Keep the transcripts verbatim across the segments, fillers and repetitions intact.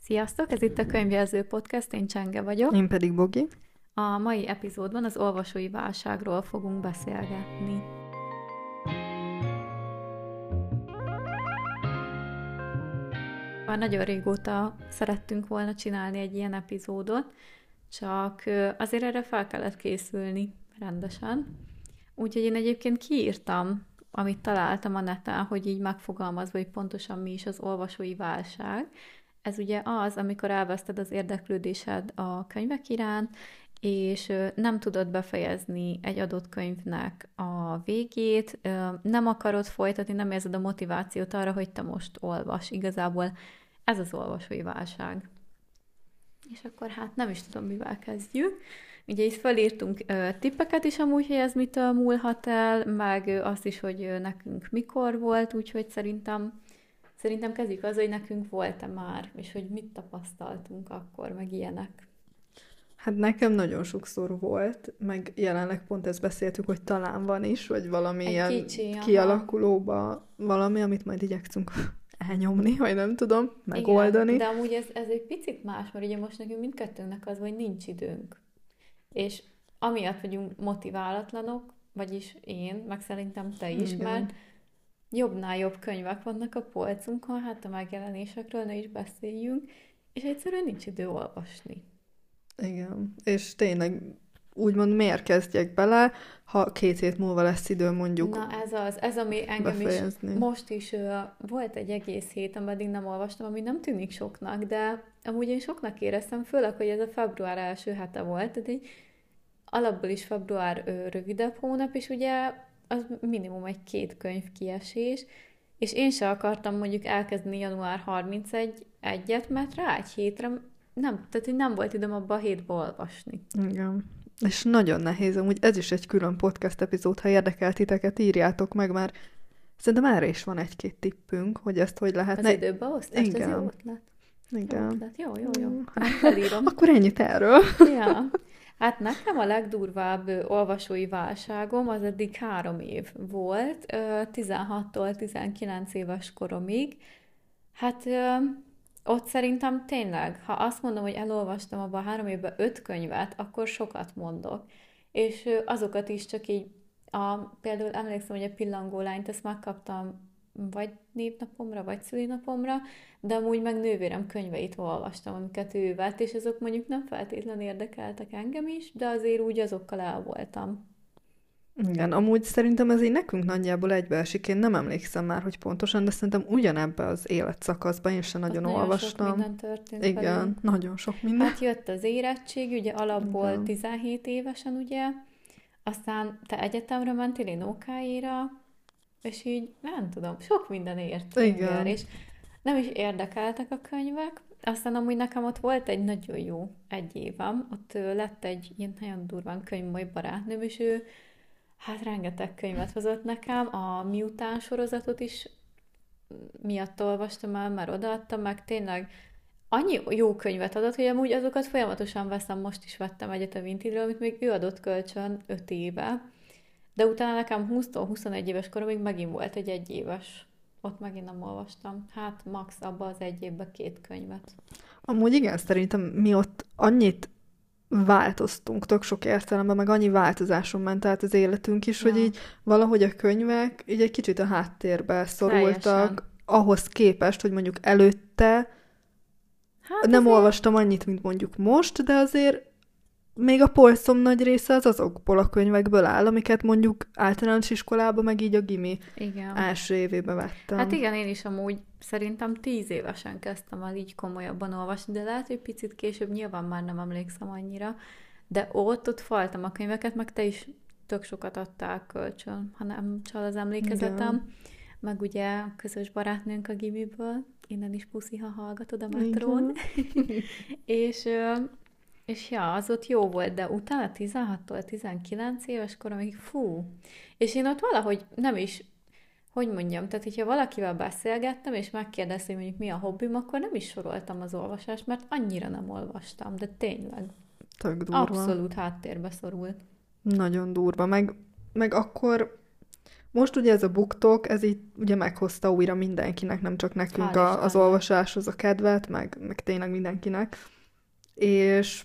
Sziasztok, ez itt a Könyvjelző Podcast, én Csenge vagyok. Én pedig Bogi. A mai epizódban az olvasói válságról fogunk beszélgetni. Már nagyon régóta szerettünk volna csinálni egy ilyen epizódot, csak azért erre fel kellett készülni rendesen. Úgyhogy én egyébként kiírtam, amit találtam a neten, hogy így megfogalmazva, hogy pontosan mi is az olvasói válság. Ez ugye az, amikor elveszted az érdeklődésed a könyvek iránt, és nem tudod befejezni egy adott könyvnek a végét, nem akarod folytatni, nem érzed a motivációt arra, hogy te most olvas. Igazából ez az olvasói válság. És akkor hát nem is tudom, mivel kezdjük. Ugye itt felírtunk uh, tippeket is amúgy, hogy ez mitől múlhat el, meg uh, azt is, hogy uh, nekünk mikor volt, úgyhogy szerintem Szerintem kezdjük az, hogy nekünk volt-e már, és hogy mit tapasztaltunk akkor, meg ilyenek. Hát nekem nagyon sokszor volt, meg jelenleg pont ezt beszéltük, hogy talán van is, vagy valami Egy ilyen kicsi, kialakulóba valami, amit majd igyekszünk elnyomni, vagy nem tudom, megoldani. Igen, de amúgy ez, ez egy picit más, mert ugye most nekünk mindkettőnknek az, hogy nincs időnk. És amiatt vagyunk motiválatlanok, vagyis én, meg szerintem te is, Igen. mert jobbnál jobb könyvek vannak a polcunkon, hát a megjelenésekről ne is beszéljünk, és egyszerűen nincs idő olvasni. Igen, és tényleg úgymond miért kezdjek bele, ha két hét múlva lesz idő mondjuk Na ez az, ez ami engem befejezni. is most is uh, volt egy egész hét, ameddig nem olvastam, ami nem tűnik soknak, de amúgy én soknak éreztem, főleg, hogy ez a február első hete volt, tehát egy alapból is február uh, rövidebb hónap, és ugye az minimum egy két könyv kiesés, és én se akartam mondjuk elkezdeni január harmincegyediket, mert rá egy hétre nem, tehát hogy nem volt időm abba a hétbe olvasni. Igen. És nagyon nehéz, amúgy ez is egy külön podcast epizód, ha érdekel titeket, írjátok meg, mert szerintem erre is van egy-két tippünk, hogy ezt hogy lehetne. Az időbe osztást, Igen. az jó ötlet. Igen. Jó, ötlet. jó, jó, jó. Hát felírom. Akkor ennyit erről. Ja. Hát nekem a legdurvább ö, olvasói válságom az eddig három év volt, ö, tizenhattól tizenkilenc éves koromig. Hát ö, ott szerintem tényleg, ha azt mondom, hogy elolvastam abban a három évben öt könyvet, akkor sokat mondok. És ö, azokat is csak így, a, például emlékszem, hogy a Pillangó lányt, ezt megkaptam vagy névnapomra, vagy szülinapomra, de amúgy meg nővérem könyveit olvastam, amiket ő vett, és azok mondjuk nem feltétlenül érdekeltek engem is, de azért úgy azokkal el voltam. Igen, amúgy szerintem ez így nekünk nagyjából egybeesik. Én nem emlékszem már, hogy pontosan, de szerintem ugyanebben az életszakaszban én sem nagyon Ott olvastam. Nagyon sok minden történt Igen, velünk. nagyon sok minden. Hát jött az érettség, ugye alapból Igen. tizenhét évesen, ugye, aztán te egyetemre mentél, én ókáira, és így nem tudom, sok minden ért Igen. engem, és nem is érdekeltek a könyvek. Aztán amúgy nekem ott volt egy nagyon jó egy évem, ott ö, lett egy ilyen nagyon durván könyvmoly barátnőm, és ő hát rengeteg könyvet hozott nekem, a Miután sorozatot is miatt olvastam el, már odaadtam, meg tényleg annyi jó könyvet adott, hogy amúgy azokat folyamatosan veszem, most is vettem egyet a Vintage-ről, amit még ő adott kölcsön öt éve, de utána nekem húsztól huszonegy éves koromig megint volt egy egyéves. Ott megint nem olvastam. Hát max abba az egy évben két könyvet. Amúgy igen, szerintem mi ott annyit változtunk, tök sok értelemben, meg annyi változáson ment át az életünk is, Ja. hogy így valahogy a könyvek így egy kicsit a háttérbe szorultak, Teljesen. ahhoz képest, hogy mondjuk előtte Hát nem azért- olvastam annyit, mint mondjuk most, de azért még a polcom nagy része az azokból a könyvekből áll, amiket mondjuk általános iskolában, meg így a gimi Igen. első évében vettem. Hát igen, én is amúgy szerintem tíz évesen kezdtem el így komolyabban olvasni, de lehet, hogy picit később nyilván már nem emlékszem annyira, de ott, ott faltam a könyveket, meg te is tök sokat adtál kölcsön, ha nem csal az emlékezetem. Igen. Meg ugye a közös barátnőnk a gimiből, innen is puszi, ha hallgatod a metrón. és, ö, és ja, az ott jó volt, de utána tizenhattól tizenkilenc éves koromig, fú, és én ott valahogy nem is, hogy mondjam, tehát hogyha valakivel beszélgettem, és megkérdezte, hogy mondjuk mi a hobbim, akkor nem is soroltam az olvasást, mert annyira nem olvastam, de tényleg, Tök durva. abszolút háttérbe szorult. Nagyon durva. Meg, meg akkor most ugye ez a BookTok, ez így ugye meghozta újra mindenkinek, nem csak nekünk Hál' a, az Istennek. olvasáshoz a kedvet, meg, meg tényleg mindenkinek. És,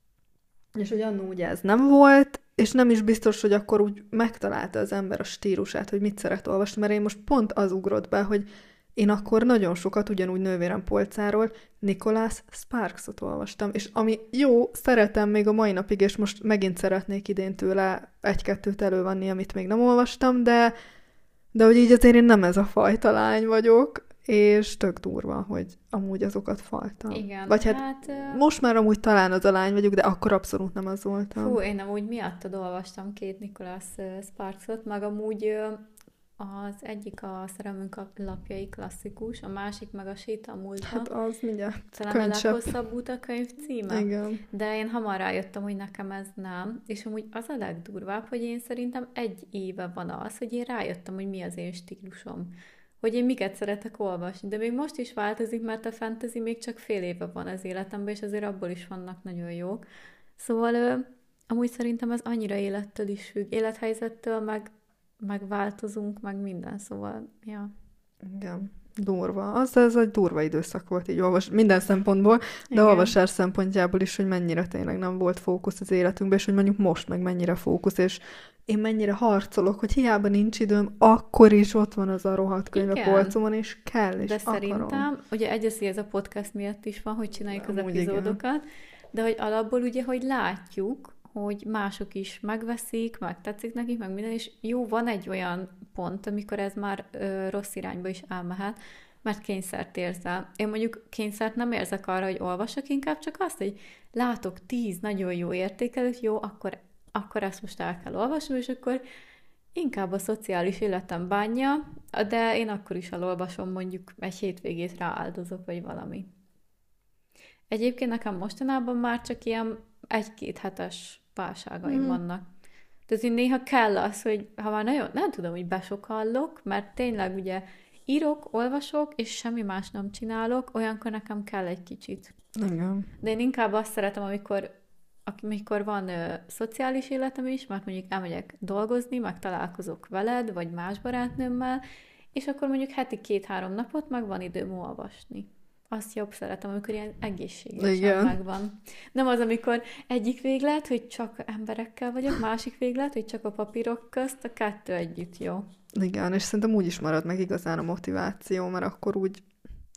és hogy annó ugye ez nem volt, és nem is biztos, hogy akkor úgy megtalálta az ember a stílusát, hogy mit szeret olvasni, mert én most pont az ugrott be, hogy én akkor nagyon sokat, ugyanúgy nővérem polcáról, Nicholas Sparksot olvastam, és ami jó, szeretem még a mai napig, és most megint szeretnék idén tőle egy-kettőt elővenni, amit még nem olvastam, de, de hogy így azért én nem ez a fajta lány vagyok, és tök durva, hogy amúgy azokat faltam. Igen, Vagy hát, hát... ö, most már amúgy talán az a lány vagyok, de akkor abszolút nem az voltam. Fú, én amúgy miattad olvastam két Nicholas ö, Sparksot, meg amúgy ö, az egyik a Szerelmünk lapjai klasszikus, a másik meg a Séta a múltba. Hát az mindjárt Talán a könycsepp. leghosszabb út a könyv címe. Igen. De én hamar rájöttem, hogy nekem ez nem. És amúgy az a legdurvább, hogy én szerintem egy éve van az, hogy én rájöttem, hogy mi az én stílusom. Hogy én miket szeretek olvasni. De még most is változik, mert a fantasy még csak fél éve van az életemben, és azért abból is vannak nagyon jók. Szóval ö, amúgy szerintem ez annyira élettől is függ. Élethelyzettől, meg, meg változunk, meg minden. Szóval, ja. Igen. Durva. Az, ez egy durva időszak volt így olvas, minden szempontból, de Igen. olvasás szempontjából is, hogy mennyire tényleg nem volt fókusz az életünkben, és hogy mondjuk most meg mennyire fókusz, és én mennyire harcolok, hogy hiába nincs időm, akkor is ott van az a rohadt könyv a Igen. polcomon, és kell, és De akarom. szerintem, ugye egyrészt ez a podcast miatt is van, hogy csináljuk az Amúgy igen. epizódokat, de hogy alapból ugye, hogy látjuk, hogy mások is megveszik, meg tetszik nekik, meg minden, és jó, van egy olyan pont, amikor ez már ö, rossz irányba is elmehet, mert kényszert érzel. Én mondjuk kényszert nem érzek arra, hogy olvasok, inkább csak azt, hogy látok tíz nagyon jó értékelőt, jó, akkor, akkor ezt most el kell olvasnom, és akkor inkább a szociális életem bánja, de én akkor is elolvasom, mondjuk egy hétvégét rááldozok, vagy valami. Egyébként nekem mostanában már csak ilyen egy-két hetes válságaim Mhm. vannak. Tehát így néha kell az, hogy ha már nagyon, nem tudom, hogy besokallok, mert tényleg ugye írok, olvasok, és semmi más nem csinálok, olyankor nekem kell egy kicsit. Igen. De én inkább azt szeretem, amikor, amikor van ö, szociális életem is, mert mondjuk elmegyek dolgozni, meg találkozok veled, vagy más barátnőmmel, és akkor mondjuk heti két-három napot meg van időm olvasni. Azt jobb szeretem, amikor ilyen egészségesen Igen. megvan. Nem az, amikor egyik véglet, hogy csak emberekkel vagyok, másik véglet, hogy csak a papírok közt, a kettő együtt jó. Igen, és szerintem úgy is marad meg igazán a motiváció, mert akkor úgy,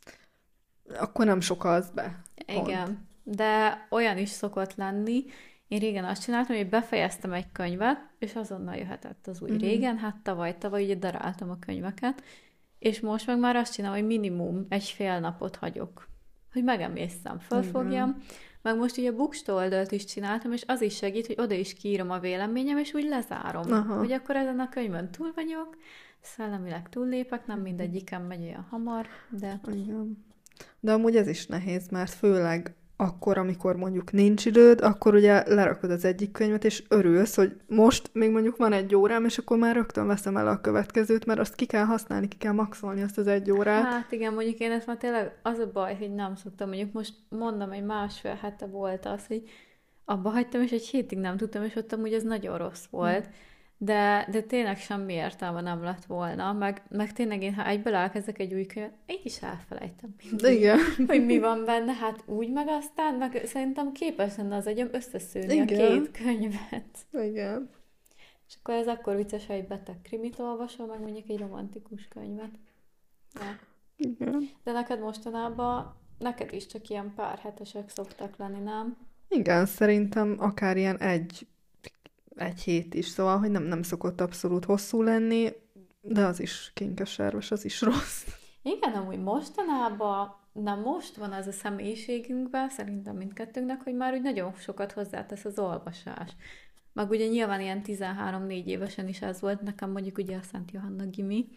akkor nem sokalsz be. Pont. Igen, de olyan is szokott lenni. Én régen azt csináltam, hogy befejeztem egy könyvet, és azonnal jöhetett az új. Mhm. Régen, hát tavaly, tavaly ugye daráltam a könyveket, és most meg már azt csinálom, hogy minimum egy fél napot hagyok. Hogy megemésztem, fölfogjam. Meg most ugye a bookstore oldalt is csináltam, és az is segít, hogy oda is kiírom a véleményem, és úgy lezárom. Aha. Hogy akkor ezen a könyvön túl vagyok, szellemileg túllépek, nem mindegyiken megy olyan hamar, de Igen. De amúgy ez is nehéz, mert főleg akkor, amikor mondjuk nincs időd, akkor ugye lerakod az egyik könyvet, és örülsz, hogy most még mondjuk van egy órám, és akkor már rögtön veszem el a következőt, mert azt ki kell használni, ki kell maxolni azt az egy órát. hát igen, mondjuk én ezt már tényleg az a baj, hogy nem szoktam, mondjuk most mondom, egy másfél hete volt az, hogy abba hagytam, és egy hétig nem tudtam, és ott amúgy ez nagyon rossz volt. De, de tényleg semmi értelme nem lett volna, meg, meg tényleg én, ha egyből elkezdek egy új könyvet, én is elfelejtem mindig, Igen. hogy mi van benne, hát úgy meg aztán, meg szerintem képes lenne az agyam összeszűrni a Igen. két könyvet. Igen. És akkor ez akkor vicces, ha egy beteg krimit olvasol, meg mondjuk egy romantikus könyvet. Ja. Igen. De neked mostanában, neked is csak ilyen pár hetesek szoktak lenni, nem? Igen, szerintem akár ilyen egy, egy hét is, szóval, hogy nem, nem szokott abszolút hosszú lenni, de az is kinkeserves, az is rossz. Igen, amúgy mostanában, na most van az a személyiségünkben, szerintem mindkettőnknek, hogy már úgy nagyon sokat hozzátesz az olvasás. Meg ugye nyilván ilyen tizenhárom-négy évesen is ez volt, nekem mondjuk ugye a Szent Johanna gimi,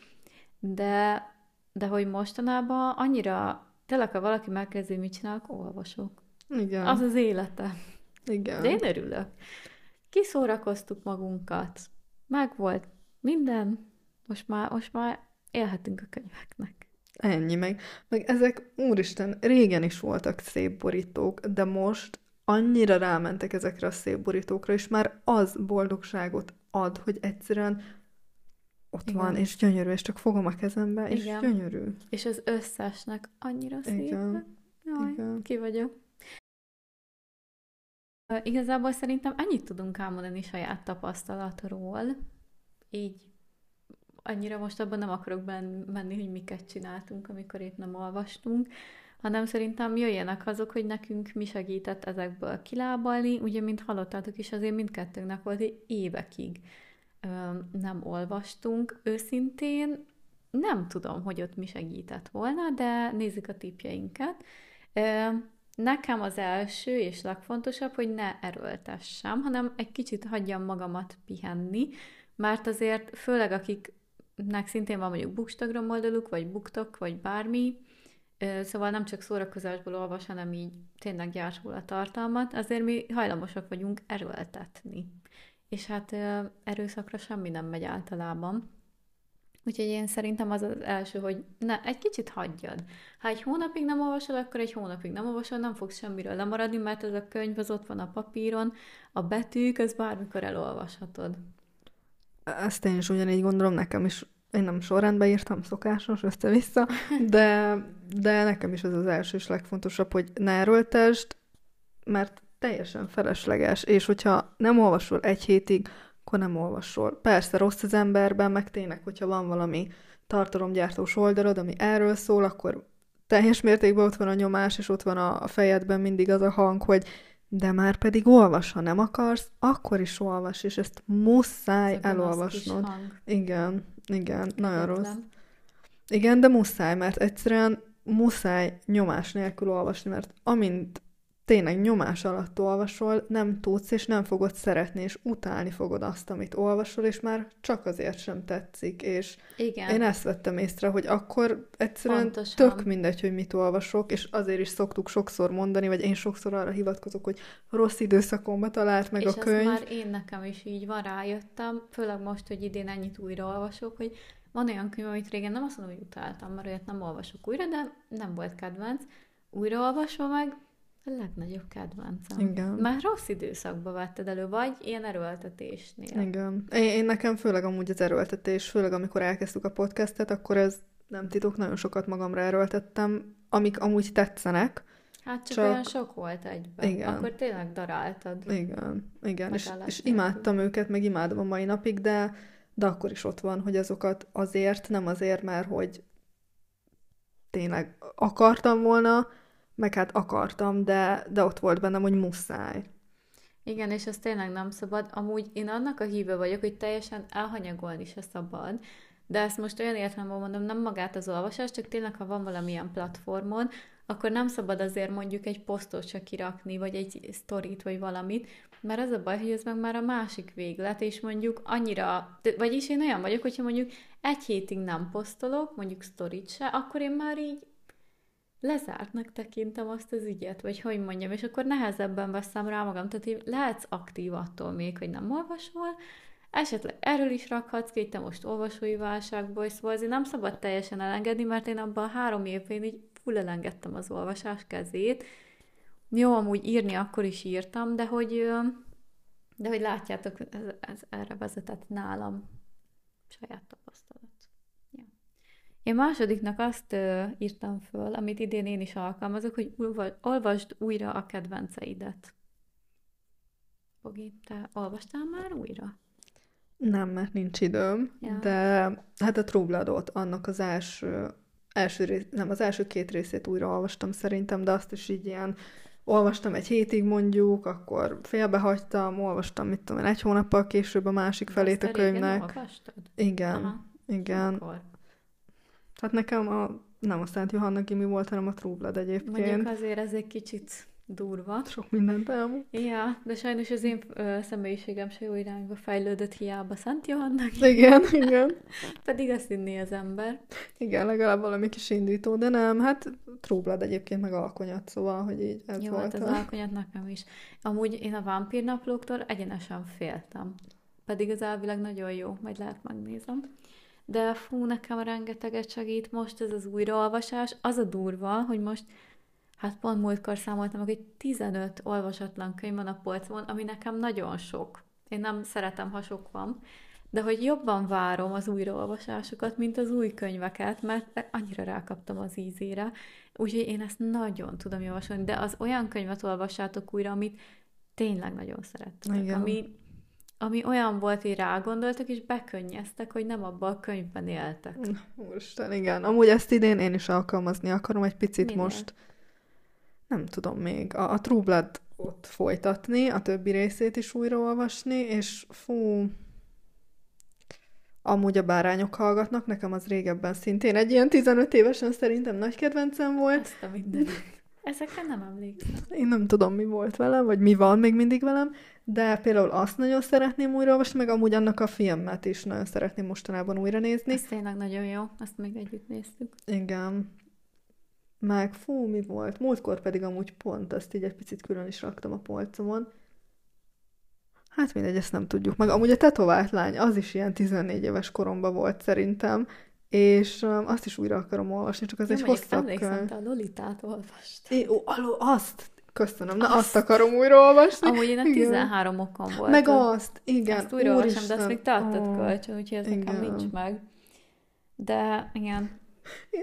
de, de hogy mostanában annyira, tényleg, ha valaki megkezdi, mit csinálok, olvasok. Igen. Az az élete. Igen. De én örülök. Kiszórakoztuk magunkat. Megvolt minden. Most már, most már élhetünk a könyveknek. Ennyi meg. Meg ezek, úristen, régen is voltak szép borítók, de most annyira rámentek ezekre a szép borítókra, és már az boldogságot ad, hogy egyszerűen ott Igen. van, és gyönyörű, és csak fogom a kezembe, és Igen. gyönyörű. És az összesnek annyira szép. Igen. Jaj, Igen. ki vagyok. Ö, Igazából szerintem ennyit tudunk elmondani saját tapasztalatról. Így annyira most abban nem akarok ben- menni, hogy miket csináltunk, amikor épp nem olvastunk, hanem szerintem jöjjenek azok, hogy nekünk mi segített ezekből kilábalni. Ugye, mint hallottátok is, azért mindkettőnknek volt, hogy évekig ö, nem olvastunk. Őszintén nem tudom, hogy ott mi segített volna, de nézzük a tippjeinket. Ö, Nekem az első és legfontosabb, hogy ne erőltessem, hanem egy kicsit hagyjam magamat pihenni, mert azért főleg akiknek szintén van mondjuk Bookstagram oldaluk, vagy BookTok, vagy bármi, ö, szóval nem csak szórakozásból olvas, hanem így tényleg gyársul a tartalmat, azért mi hajlamosak vagyunk erőltetni. És hát ö, erőszakra semmi nem megy általában. Úgyhogy én szerintem az az első, hogy ne, egy kicsit hagyjad. Ha egy hónapig nem olvasol, akkor egy hónapig nem olvasol, nem fogsz semmiről lemaradni, mert ez a könyv az ott van a papíron, a betűk, az bármikor elolvashatod. Ezt én is ugyanígy gondolom, nekem is, én nem sorrendben írtam, szokásos, össze-vissza, de, de nekem is az az első és legfontosabb, hogy ne erőltesd, mert teljesen felesleges, és hogyha nem olvasol egy hétig, akkor nem olvasol. Persze rossz az emberben, meg tényleg, hogyha van valami tartalomgyártós oldalad, ami erről szól, akkor teljes mértékben ott van a nyomás, és ott van a, a fejedben mindig az a hang, hogy de már pedig olvas, ha nem akarsz, akkor is olvas, és ezt muszáj Ez a gonosz kis elolvasnod. hang. Igen, igen, nagyon rossz. Kegyetlen. Igen, de muszáj, mert egyszerűen muszáj nyomás nélkül olvasni, mert amint tényleg nyomás alatt olvasol, nem tudsz, és nem fogod szeretni, és utálni fogod azt, amit olvasol, és már csak azért sem tetszik, és Igen, én ezt vettem észre, hogy akkor egyszerűen pontosan. tök mindegy, hogy mit olvasok, és azért is szoktuk sokszor mondani, vagy én sokszor arra hivatkozok, hogy rossz időszakomba talált meg És a ez könyv. már én nekem is így van, rájöttem, főleg most, hogy idén ennyit újra olvasok, hogy van olyan könyv, amit régen nem azt mondom, hogy utáltam, mert olyat nem olvasok újra, de nem volt kedvenc. Újraolvasva meg a legnagyobb kedvencem. Igen. Már rossz időszakba vetted elő, vagy ilyen erőltetésnél. Igen. Én, én nekem főleg amúgy az erőltetés, főleg amikor elkezdtük a podcastet, akkor ez nem titok, nagyon sokat magamra erőltettem, amik amúgy tetszenek. Hát csak, Csak- olyan sok volt egyben. Igen. Akkor tényleg daráltad. Igen, igen, és, Megállás és nélkül. imádtam őket, meg imádom a mai napig, de, de akkor is ott van, hogy azokat azért, nem azért, mert hogy tényleg akartam volna, meg hát akartam, de, de ott volt bennem, hogy muszáj. Igen, és ez tényleg nem szabad. Amúgy én annak a híve vagyok, hogy teljesen elhanyagolni se szabad, de ezt most olyan értelemben mondom, nem magát az olvasást, csak tényleg, ha van valamilyen platformon, akkor nem szabad azért mondjuk egy posztot se kirakni, vagy egy sztorit, vagy valamit, mert az a baj, hogy ez meg már a másik véglet, és mondjuk annyira, vagyis én olyan vagyok, hogyha mondjuk egy hétig nem posztolok, mondjuk sztorit se, akkor én már így lezártnak tekintem azt az ügyet, vagy hogy mondjam, és akkor nehezebben veszem rá magam. Tehát így lehetsz aktív attól még, hogy nem olvasol, esetleg erről is rakhatsz ki, hogy te most olvasói válságból, vagy, szóval azért nem szabad teljesen elengedni, mert én abban a három évben így full elengedtem az olvasás kezét. Jó, amúgy írni akkor is írtam, de hogy, ö, de hogy látjátok, ez, ez erre vezetett nálam saját tapasztalat. Ja. Én másodiknak azt ö, írtam föl, amit idén én is alkalmazok, hogy olva- olvasd újra a kedvenceidet. Bogi, te olvastál már újra? Nem, mert nincs időm, Ja. de hát a True Bloodot, annak az első, első rész, nem, az első két részét újra olvastam szerintem, de azt is így ilyen olvastam egy hétig mondjuk, akkor félbehagytam, olvastam, mit tudom én, egy hónappal később a másik felét a Azt régen könyvnek. olvastad? Igen, Aha. igen. Akkor. Hát nekem a, nem a Szent Johanna Gimi volt, hanem a True Blood egyébként. Mondjuk azért ez egy kicsit durva. Sok mindent elmond. Ja, de sajnos az én ö, személyiségem se jó irányba fejlődött, hiába Szent Johannak, Igen, igen. pedig azt hinné az ember. Igen, legalább valami kis indító, de nem, hát True Blood egyébként meg alkonyat, szóval, hogy így ez Jó, volt. hát az a... alkonyat nekem is. Amúgy én a vámpírnaplóktól egyenesen féltem. Pedig az elvileg nagyon jó, majd lehet megnézem. De fú, nekem rengeteget segít most ez az újraolvasás. Az a durva, hogy most, hát pont múltkor számoltam, hogy tizenöt olvasatlan könyv van a polcon, ami nekem nagyon sok. Én nem szeretem, ha sok van, de hogy jobban várom az újraolvasásokat, mint az új könyveket, mert annyira rákaptam az ízére. Úgyhogy én ezt nagyon tudom javasolni, de az olyan könyvet olvassátok újra, amit tényleg nagyon szerettek. Ami, ami olyan volt, hogy rágondoltak, és bekönnyeztek, hogy nem abban a könyvben éltek. Úristen, igen. Amúgy ezt idén én is alkalmazni akarom egy picit. Minél? Most. Nem tudom még. A, a True Blood ott folytatni, a többi részét is újraolvasni, és fú... Amúgy a Bárányok hallgatnak, nekem az régebben szintén egy ilyen tizenöt évesen szerintem nagy kedvencem volt. Azt a mindenit. Ezekre nem emlékszem. Én nem tudom, mi volt velem, vagy mi van még mindig velem, de például azt nagyon szeretném újraolvasni, meg amúgy annak a filmet is nagyon szeretném mostanában újra nézni. Ez tényleg nagyon jó, azt még együtt néztük. Igen. Meg fú, mi volt? Múltkor pedig amúgy pont azt így egy picit külön is raktam a polcomon. Hát mindegy, ezt nem tudjuk. Meg amúgy a Tetovált lány, az is ilyen tizennégy éves koromban volt szerintem, és um, azt is újra akarom olvasni, csak az ja, egy hosszabb könyv. Te a Lolitát olvast. É, ó, aló, azt! Köszönöm, na azt, azt akarom újra olvasni. Amúgy én a tizenhárom okon voltam. Meg azt, igen. Ezt újra olvasom, de azt még tartod oh, kölcsön, úgyhogy ez nekem nincs meg. De igen. Én...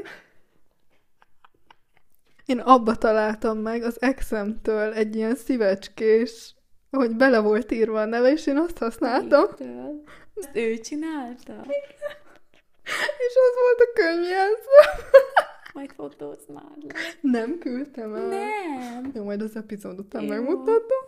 Én abba találtam meg az exemtől egy ilyen szívecskés, hogy bele volt írva a neve, és én azt használtam. Ezt ő csinálta? És az volt a könyvjelző. Majd fotózd már le. Nem küldtem el. Nem. Jó, majd az epizód után jó. Megmutatom.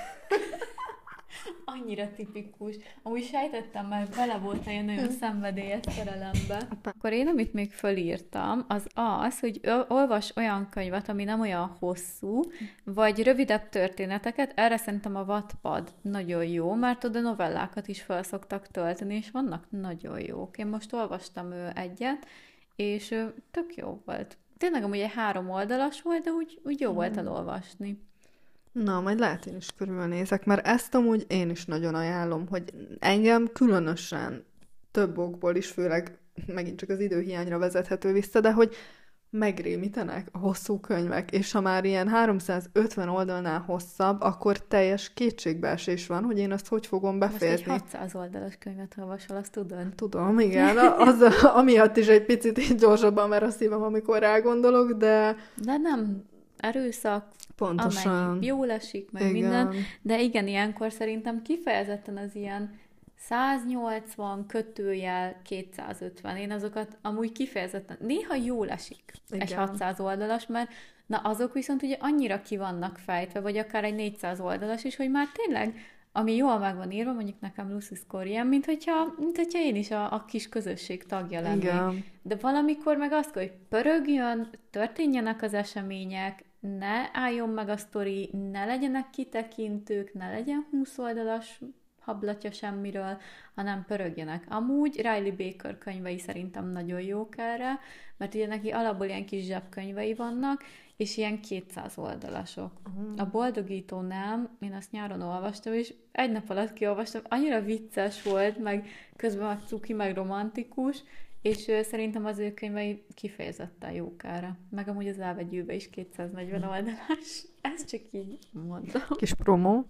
Annyira tipikus. Amúgy sejtettem, mert bele volt egy nagyon szenvedélyes szerelembe. Akkor én, amit még fölírtam, az az, hogy olvas olyan könyvet, ami nem olyan hosszú, vagy rövidebb történeteket. Erre szerintem a Wattpad nagyon jó, mert oda novellákat is fel szoktak tölteni, és vannak nagyon jók. Én most olvastam egyet, és tök jó volt. Tényleg amúgy egy három oldalas volt, de úgy, úgy jó hmm. volt elolvasni. Na, majd lehet én is körülnézek, mert ezt amúgy én is nagyon ajánlom, hogy engem különösen több okból is, főleg megint csak az időhiányra vezethető vissza, de hogy megrémítenek a hosszú könyvek, és ha már ilyen háromszázötven oldalnál hosszabb, akkor teljes kétségbeesés van, hogy én azt hogy fogom befejezni. Most egy hatszáz oldalas könyvet olvasol, azt tudod? Tudom, igen. Az, amiatt is egy picit így gyorsabban mer a szívem, amikor rágondolok, de... De nem erőszak, pontosan. Amennyi jól esik, meg igen. minden. De igen, ilyenkor szerintem kifejezetten az ilyen száznyolcvan kötőjel kétszázötven. Én azokat amúgy kifejezetten, néha jól esik igen. egy hatszáz oldalas, mert na azok viszont ugye annyira ki vannak fejtve, vagy akár egy négyszáz oldalas is, hogy már tényleg, ami jól meg van írva, mondjuk nekem Lucy Score ilyen, mint hogyha, mint hogyha én is a, a kis közösség tagja lennék. Igen. De valamikor meg azt, hogy pörögjön, történjenek az események, ne álljon meg a sztori, ne legyenek kitekintők, ne legyen húsz oldalas hablatja semmiről, hanem pörögjenek. Amúgy Riley Baker könyvei szerintem nagyon jók erre, mert ugye neki alapból ilyen kis zsebkönyvei vannak, és ilyen kétszáz oldalasok. Uh-huh. A Boldogító nem, én azt nyáron olvastam, és egy nap alatt kiolvastam, annyira vicces volt, meg közben meg cuki, meg romantikus, és uh, szerintem az ő könyvei kifejezetten jók erre. Meg amúgy az Elvegyőbe is kétszáznegyven oldalas. Ezt csak így mondom. Kis promó.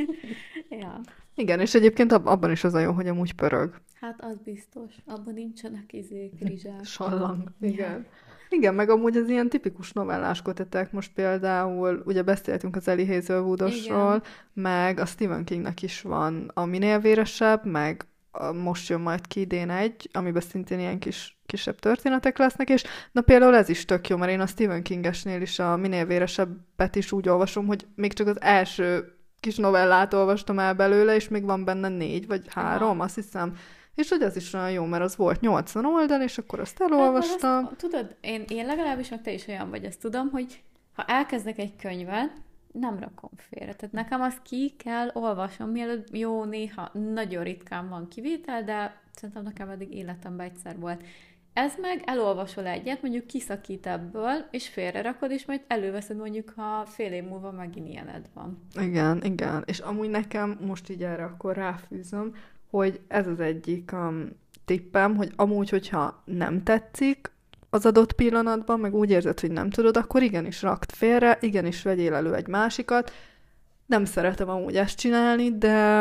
Ja. Igen, és egyébként ab- abban is az a jó, hogy amúgy pörög. Hát az biztos. Abban nincsenek izék, rizsák. Sallang. Igen. Ja. Igen, meg amúgy az ilyen tipikus novellás kötetek, most például, ugye beszéltünk az Elie Hazelwoodosról, meg a Stephen Kingnek is van a Minél véresebb, meg a, most jön majd ki idén egy, amiben szintén ilyen kis, kisebb történetek lesznek, és na például ez is tök jó, mert én a Stephen Kingesnél is a Minél véresebbet is úgy olvasom, hogy még csak az első kis novellát olvastam el belőle, és még van benne négy vagy három, aha. azt hiszem. És hogy az is olyan jó, mert az volt nyolcvan oldal, és akkor azt elolvastam. Hát, azt, tudod, én, én legalábbis, meg te is olyan vagy, ezt tudom, hogy ha elkezdek egy könyvet, nem rakom félre. Tehát nekem azt ki kell olvasom, mielőtt jó, néha nagyon ritkán van kivétel, de szerintem nekem eddig életemben egyszer volt. Ez meg elolvasol egyet, mondjuk kiszakít ebből, és félrerakod, és majd előveszed mondjuk, ha fél év múlva megint ilyened van. Igen, igen. És amúgy nekem most így erre akkor ráfűzöm, hogy ez az egyik um, tippem, hogy amúgy, hogyha nem tetszik az adott pillanatban, meg úgy érzed, hogy nem tudod, akkor igenis rakd félre, igenis vegyél elő egy másikat. Nem szeretem amúgy ezt csinálni, de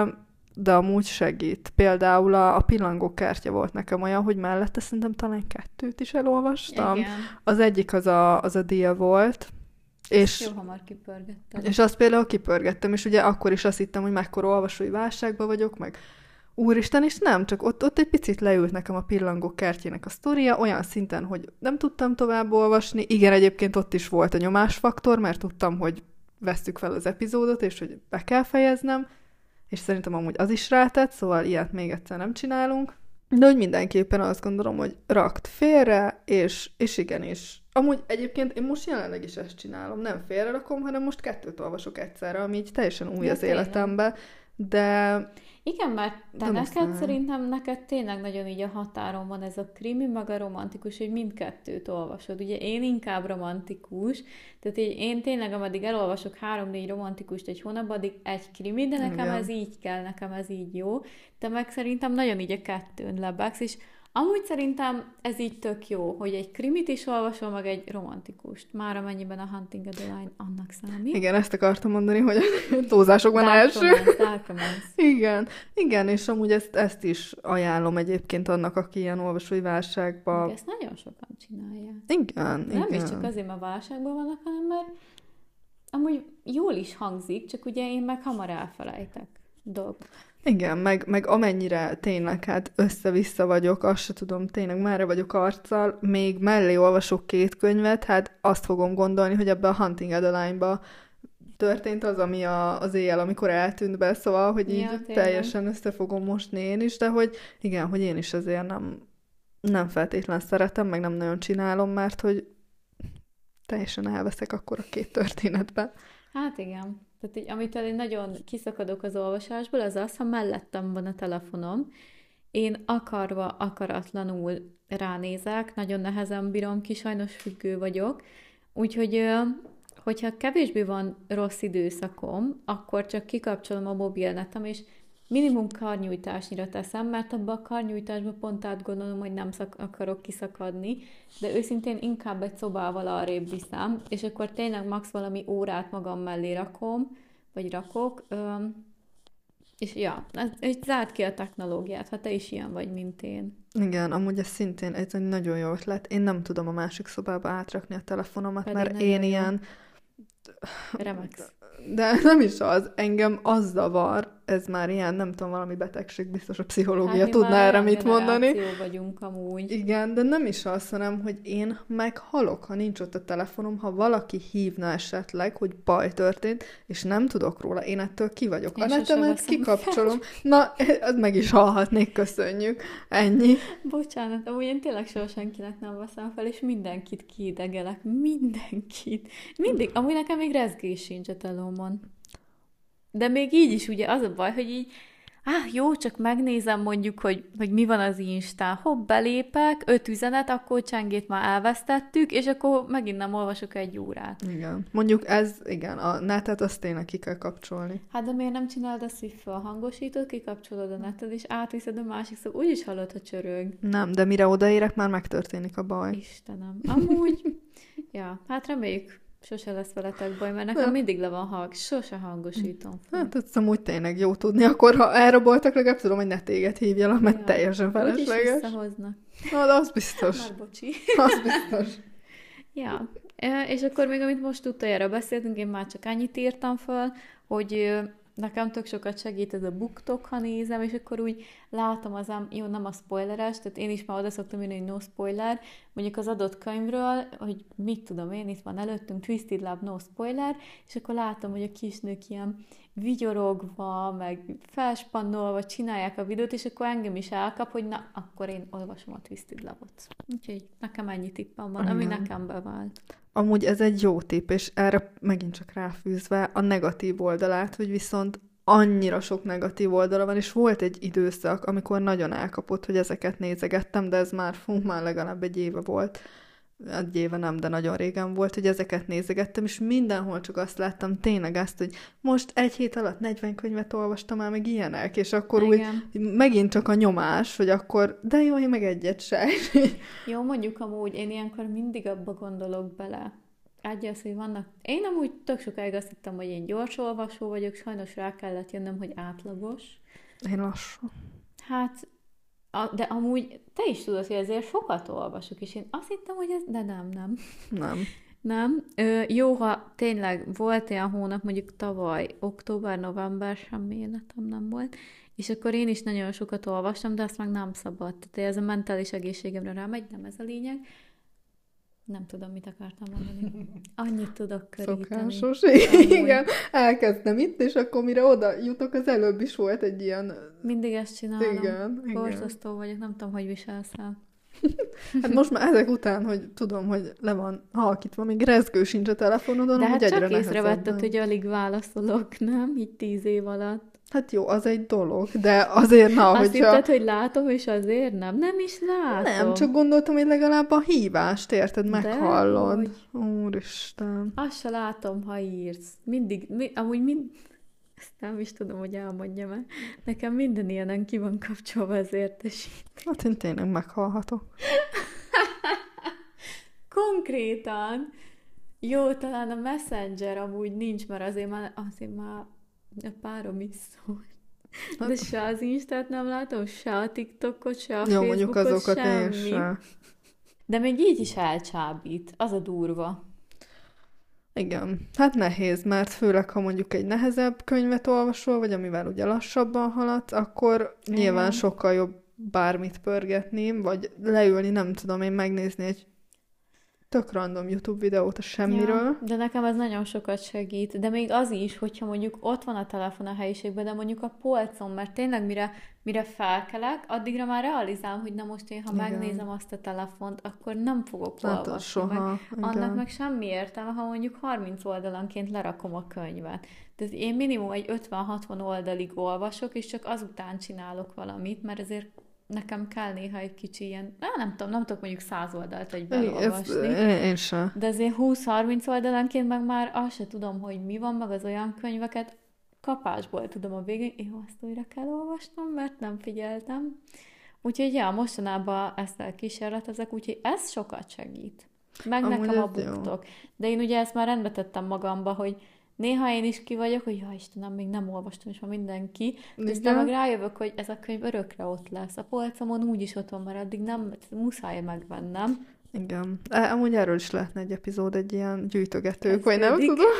de amúgy segít. Például a, a pillangó kártya volt nekem olyan, hogy mellette szerintem talán kettőt is elolvastam. Igen. Az egyik az a, az a Deal volt, és, Jó hamar kipörgettem. és azt például kipörgettem, és ugye akkor is azt hittem, hogy mekkora olvasói válságban vagyok, meg úristen, és nem, csak ott, ott egy picit leült nekem a pillangó kertjének a sztoria, olyan szinten, hogy nem tudtam tovább olvasni. Igen, egyébként ott is volt a nyomásfaktor, mert tudtam, hogy vesszük fel az epizódot, és hogy be kell fejeznem, és szerintem amúgy az is rátett, szóval ilyet még egyszer nem csinálunk. De hogy mindenképpen azt gondolom, hogy rakt félre, és, és igenis. Amúgy egyébként én most jelenleg is ezt csinálom, nem félre rakom, hanem most kettőt olvasok egyszerre, ami így teljesen új Ja, az tényleg. életemben, de... Igen, mert te De neked muszáj. szerintem neked tényleg nagyon így a határon van ez a krimi, meg a romantikus, hogy mindkettőt olvasod. Ugye én inkább romantikus, tehát így én tényleg, ameddig elolvasok három-négy romantikust egy hónapban, addig egy krimi, de nekem Igen. ez így kell, nekem ez így jó. Te meg szerintem nagyon így a kettőn lebegsz, és amúgy szerintem ez így tök jó, hogy egy krimit is olvasol, meg egy romantikust. Már amennyiben a Hunting of the Line annak számít. Igen, ezt akartam mondani, hogy a túlzásokban Dark első. romance, dark romance. Igen, igen, és amúgy ezt, ezt is ajánlom egyébként annak, aki ilyen olvasói válságban... Meg ezt nagyon sokan csinálják. Igen, Nem igen. is csak azért, mert válságban vannak, hanem mert amúgy jól is hangzik, csak ugye én meg hamar elfelejtek dolgokat. Igen, meg, meg amennyire tényleg hát össze-vissza vagyok, azt se tudom, tényleg merre vagyok arccal, még mellé olvasok két könyvet, hát azt fogom gondolni, hogy ebbe a Hunting of the Line-ba történt az, ami a, az éjjel, amikor eltűnt be, szóval, hogy így Ja, tényleg. teljesen össze fogom mosni én is, de hogy igen, hogy én is azért nem, nem feltétlen szeretem, meg nem nagyon csinálom, mert hogy teljesen elveszek akkor a két történetben. Hát igen. Tehát így, amitől én nagyon kiszakadok az olvasásból, az az, ha mellettem van a telefonom, én akarva, akaratlanul ránézek, nagyon nehezen bírom ki, sajnos függő vagyok, úgyhogy ö, hogyha kevésbé van rossz időszakom, akkor csak kikapcsolom a mobilnetem, és minimum karnyújtásnyira teszem, mert abban a karnyújtásban pont átgondolom, hogy nem szak- akarok kiszakadni, de őszintén inkább egy szobával arrébb viszem, és akkor tényleg max valami órát magam mellé rakom, vagy rakok, öm, és ja, ez, ez zárt ki a technológiát, ha te is ilyen vagy, mint én. Igen, amúgy ez szintén ez egy nagyon jó ötlet. Én nem tudom a másik szobába átrakni a telefonomat, Pedig mert nagyon én jó. ilyen... Remex. De nem is az, engem az zavar, ez már ilyen, nem tudom, valami betegség, biztos a pszichológia Hát mi tudna már erre olyan mit mondani. generáció vagyunk amúgy. Igen, de nem is az, hanem, hogy én meghalok, ha nincs ott a telefonom, ha valaki hívna esetleg, hogy baj történt, és nem tudok róla, én ettől ki vagyok. Én A sosem netemet veszem kikapcsolom. Na, az meg is hallhatnék, köszönjük. Ennyi. Bocsánat, amúgy én tényleg soha senkinek nem veszem fel, és mindenkit kiidegelek. Mindenkit. Mindig. Amúgy nekem még rezgés sincs a telómon. De még így is ugye az a baj, hogy így, ah, jó, csak megnézem mondjuk, hogy, hogy mi van az Instán. Hopp, belépek, öt üzenet, akkor csengét már elvesztettük, és akkor megint nem olvasok egy órát. Igen. Mondjuk ez, igen, a netet azt tényleg ki kell kapcsolni. Hát de miért nem csinálod azt, hogy felhangosítod, kikapcsolod a neted, és átviszed a másik szó, úgyis hallod, ha csörög. Nem, de mire odaérek, már megtörténik a baj. Istenem. Amúgy, ja, hát reméljük, sose lesz veletek baj, mert nekem Ja. mindig le van hang, sose hangosítom fel. Hát ez amúgy tényleg jó tudni, akkor ha elraboltak, legalább tudom, hogy ne téged hívjalak, mert Ja. teljesen Úgyis felesleges. visszahoznak. Na, de az biztos. Már bocsi. Az biztos. Ja, e, és akkor még amit most utoljára beszéltünk, én már csak annyit írtam fel, hogy ö, nekem tök sokat segít ez a BookTok, ha nézem, és akkor úgy látom az ám, jó, nem a spoileres, tehát én is már oda szoktam írni, hogy no spoiler, mondjuk az adott könyvről, hogy mit tudom én, itt van előttünk, Twisted Love, no spoiler, és akkor látom, hogy a kisnők ilyen vigyorogva, meg felspannolva csinálják a videót, és akkor engem is elkap, hogy na, akkor én olvasom a Twisted Love-ot. Úgyhogy nekem ennyi tippem van, ami Igen. nekem bevált. Amúgy ez egy jó tipp, és erre megint csak ráfűzve a negatív oldalát, hogy viszont annyira sok negatív oldala van, és volt egy időszak, amikor nagyon elkapott, hogy ezeket nézegettem, de ez már, fú, már legalább egy éve volt. Egy éve nem, de nagyon régen volt, hogy ezeket nézegettem, és mindenhol csak azt láttam, tényleg azt, hogy most egy hét alatt negyven könyvet olvastam el, meg ilyenek, és akkor Igen. úgy megint csak a nyomás, hogy akkor, de jó, én meg egyet se. Jó, mondjuk amúgy én ilyenkor mindig abba gondolok bele. Egy az, hogy vannak... Én amúgy tök sokáig azt hittem, hogy én gyors olvasó vagyok, sajnos rá kellett jönnöm, hogy átlagos. Én lassú. Hát, a, de amúgy te is tudod, hogy ezért sokat olvasok, és én azt hittem, hogy ez, de nem, nem. Nem. Nem. Ö, jó, ha tényleg volt olyan hónap, mondjuk tavaly, október, november, semmi életem nem volt, és akkor én is nagyon sokat olvastam, de azt meg nem szabad. Tehát ez a mentális egészségemre rámegy, nem ez a lényeg. Nem tudom, mit akartam mondani. Annyit tudok köríteni. Szokásos. Igen, elkezdtem itt, és akkor mire oda jutok, az előbb is volt egy ilyen... Mindig ezt csinálom. Igen, igen. Borzasztó vagyok, nem tudom, hogy viselsz el. Hát most már ezek után, hogy tudom, hogy le van halkítva, még rezgő sincs a telefonodon, de hogy hát egyre csak észrevetted, nehezebben. hogy alig válaszolok, nem? Így tíz év alatt. Hát jó, az egy dolog, de azért na, Azt hogyha... hitted, hogy látom, és azért nem? Nem is látom. Nem, csak gondoltam, hogy legalább a hívást, érted, meghallod. hogy? Úristen. Azt se látom, ha írsz. Mindig, mi, amúgy mind... Ezt nem is tudom, hogy elmondjam el. Nekem minden ilyenen ki van kapcsolva az értesít. Hát én tényleg meghallhatok. Konkrétan. Jó, talán a Messenger amúgy nincs, mert azért már, azért már a párom is szól. De se az Instát nem látom, se a TikTokot, se a Jó, Facebookot, mondjuk azokat semmi. én sem. De még így is elcsábít. Az a durva. Igen, hát nehéz, mert főleg, ha mondjuk egy nehezebb könyvet olvasol, vagy amivel ugye lassabban haladsz, akkor Igen. nyilván sokkal jobb bármit pörgetni, vagy leülni, nem tudom én, megnézni egy tök random YouTube videót a semmiről. Ja, de nekem ez nagyon sokat segít. De még az is, hogyha mondjuk ott van a telefon a helyiségben, de mondjuk a polcon, mert tényleg mire, mire felkelek, addigra már realizálom, hogy na most én, ha Igen. megnézem azt a telefont, akkor nem fogok Hát olvasni. soha, Meg. igen. Annak meg semmi értelme, ha mondjuk harminc oldalanként lerakom a könyvet. Tehát én minimum egy ötven-hatvan oldalig olvasok, és csak azután csinálok valamit, mert ezért nekem kell néha egy kicsi ilyen, á, nem tudom, nem tudok mondjuk száz oldalt egyben olvasni. Én, én sem. De azért húsz-harminc oldalanként meg már azt se tudom, hogy mi van, meg az olyan könyveket kapásból tudom a végén, jó, azt újra kell olvasnom, mert nem figyeltem. Úgyhogy ja, mostanában ezt elkísérletezek, úgyhogy ez sokat segít. Meg Amúgy nekem a ez jó. buktok. De én ugye ezt már rendbe tettem magamba, hogy néha én is ki vagyok, hogy ja Istenem, még nem olvastam, és már mindenki. De aztán meg rájövök, hogy ez a könyv örökre ott lesz. A polcomon úgyis ott van, mert addig nem, muszáj megvennem. Igen. E, amúgy erről is lehetne egy epizód, egy ilyen gyűjtögetők, Ez vagy nem pedig. tudom.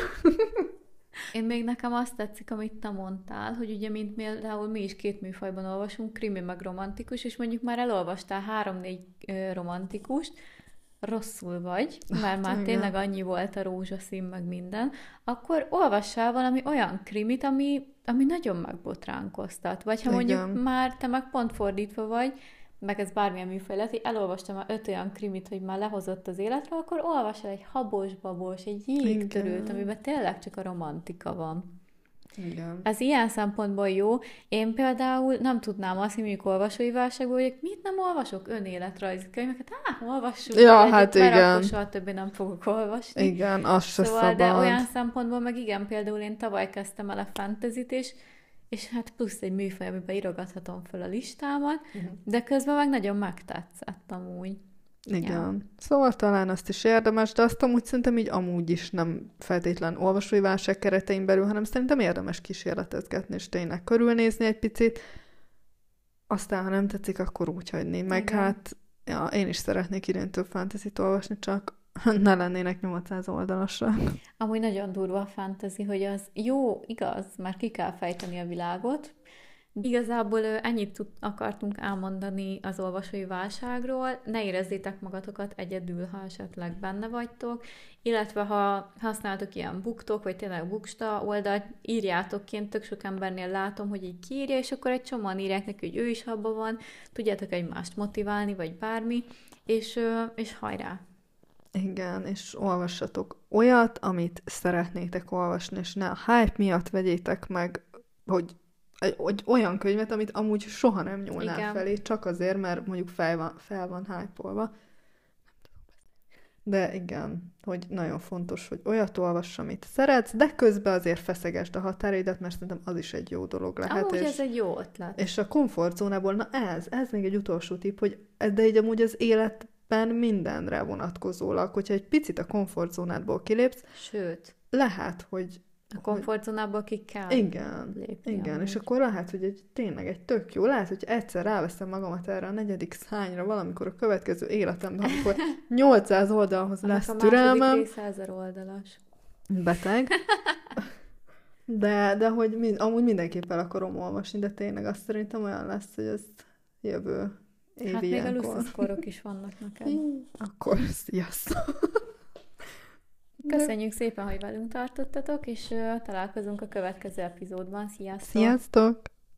Én még nekem azt tetszik, amit te mondtál, hogy ugye, mint például mi is két műfajban olvasunk, krimi meg romantikus, és mondjuk már elolvastál három-négy ö, romantikust, rosszul vagy, mert már igen. tényleg annyi volt a rózsaszín, meg minden, akkor olvassál valami olyan krimit, ami, ami nagyon megbotránkoztat. Vagy ha Igen. mondjuk már te meg pont fordítva vagy, meg ez bármilyen műfaj lett, hogy elolvastam már öt olyan krimit, hogy már lehozott az életről, akkor olvasol egy habos-babos, egy jégtörőt, Igen. amiben tényleg csak a romantika van. Igen. Ez ilyen szempontból jó. Én például nem tudnám azt, hogy mondjuk olvasói válságból, hogy mit nem olvasok önéletrajzi könyveket. Á, olvassuk. Ja, el egyet, hát mert igen. akkor soha többé nem fogok olvasni. Igen, az se Szóval, szabad. de olyan szempontból meg igen, például én tavaly kezdtem el a fantasyt, és, és hát plusz egy műfaj, amiben írogathatom fel a listámat, Mhm. de közben meg nagyon megtetszett amúgy. Igen. Ja. Szóval talán azt is érdemes, de azt amúgy szerintem így amúgy is nem feltétlen olvasói válság keretein belül, hanem szerintem érdemes kísérletezgetni, és tényleg körülnézni egy picit. Aztán, ha nem tetszik, akkor úgy hagyni. Meg Igen. hát, ja, én is szeretnék idén több fantasyt olvasni, csak ne lennének nyolcszáz oldalasra. Amúgy nagyon durva a fantasy, hogy az jó, igaz, már ki kell fejteni a világot. Igazából ö, ennyit tud, akartunk elmondani az olvasói válságról. Ne érezzétek magatokat egyedül, ha esetleg benne vagytok, illetve ha használtok ilyen buktok, vagy tényleg buksta oldalt, írjátok kint, tök sok embernél látom, hogy így kiírja, és akkor egy csomóan írják neki, hogy ő is abban van, tudjátok egymást motiválni, vagy bármi, és, ö, és hajrá! Igen, és olvassatok olyat, amit szeretnétek olvasni, és ne a hype miatt vegyétek meg, hogy egy, egy olyan könyvet, amit amúgy soha nem nyúlnál Igen. felé, csak azért, mert mondjuk fel van, fel van hype-olva. De igen, hogy nagyon fontos, hogy olyat olvass, amit szeretsz, de közben azért feszegesd a határidat, mert szerintem az is egy jó dolog lehet. Amúgy és, ez egy jó ötlet. és a komfortzónából, na ez, ez még egy utolsó tipp, hogy de így amúgy az életben mindenre vonatkozólag, hogyha egy picit a komfortzónádból kilépsz, Sőt, lehet, hogy A komfortzónából ki kell Igen, lépni. igen, amúgy. és akkor lehet, hogy egy, tényleg egy tök jó, lehet, hogy egyszer ráveszem magamat erre a negyedik szányra valamikor a következő életemben, amikor nyolcszáz oldalhoz lesz Annak a türelmem. második része ezer oldalas. Beteg. De, de hogy mind, amúgy mindenképp el akarom olvasni, de tényleg azt szerintem olyan lesz, hogy ezt jövő évi Hát még ilyenkor. a luszaszkorok is vannak neked. Akkor sziasztok! Köszönjük szépen, hogy velünk tartottatok, és uh, találkozunk a következő epizódban. Sziasztok! Sziasztok!